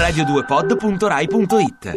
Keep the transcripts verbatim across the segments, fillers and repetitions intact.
radio due pod punto rai punto it.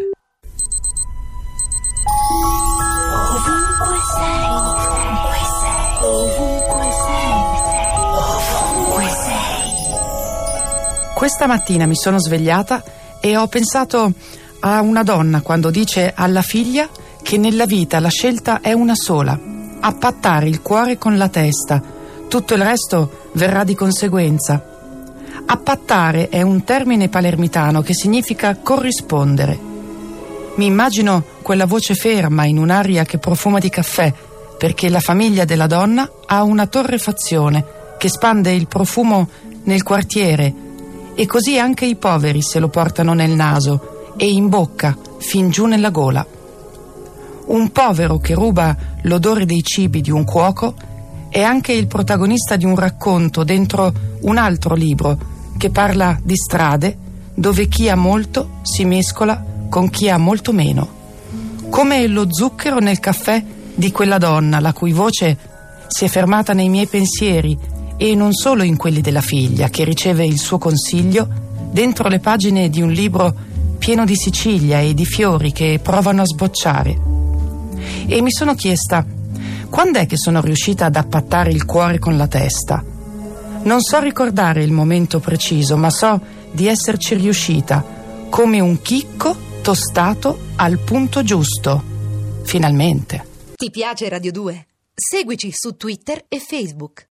Ovunque sei, ovunque sei, ovunque sei, ovunque sei. Questa mattina mi sono svegliata e ho pensato a una donna quando dice alla figlia che nella vita la scelta è una sola: appattare il cuore con la testa, tutto il resto verrà di conseguenza. Appattare è un termine palermitano che significa corrispondere. Mi immagino quella voce ferma in un'aria che profuma di caffè, perché la famiglia della donna ha una torrefazione che spande il profumo nel quartiere, e così anche i poveri se lo portano nel naso e in bocca fin giù nella gola. Un povero che ruba l'odore dei cibi di un cuoco è anche il protagonista di un racconto dentro un altro libro che parla di strade dove chi ha molto si mescola con chi ha molto meno. Come lo zucchero nel caffè di quella donna la cui voce si è fermata nei miei pensieri e non solo in quelli della figlia che riceve il suo consiglio dentro le pagine di un libro pieno di Sicilia e di fiori che provano a sbocciare. E mi sono chiesta: quando è che sono riuscita ad appattare il cuore con la testa? Non so ricordare il momento preciso, ma so di esserci riuscita, come un chicco tostato al punto giusto. Finalmente. Ti piace Radio due? Seguici su Twitter e Facebook.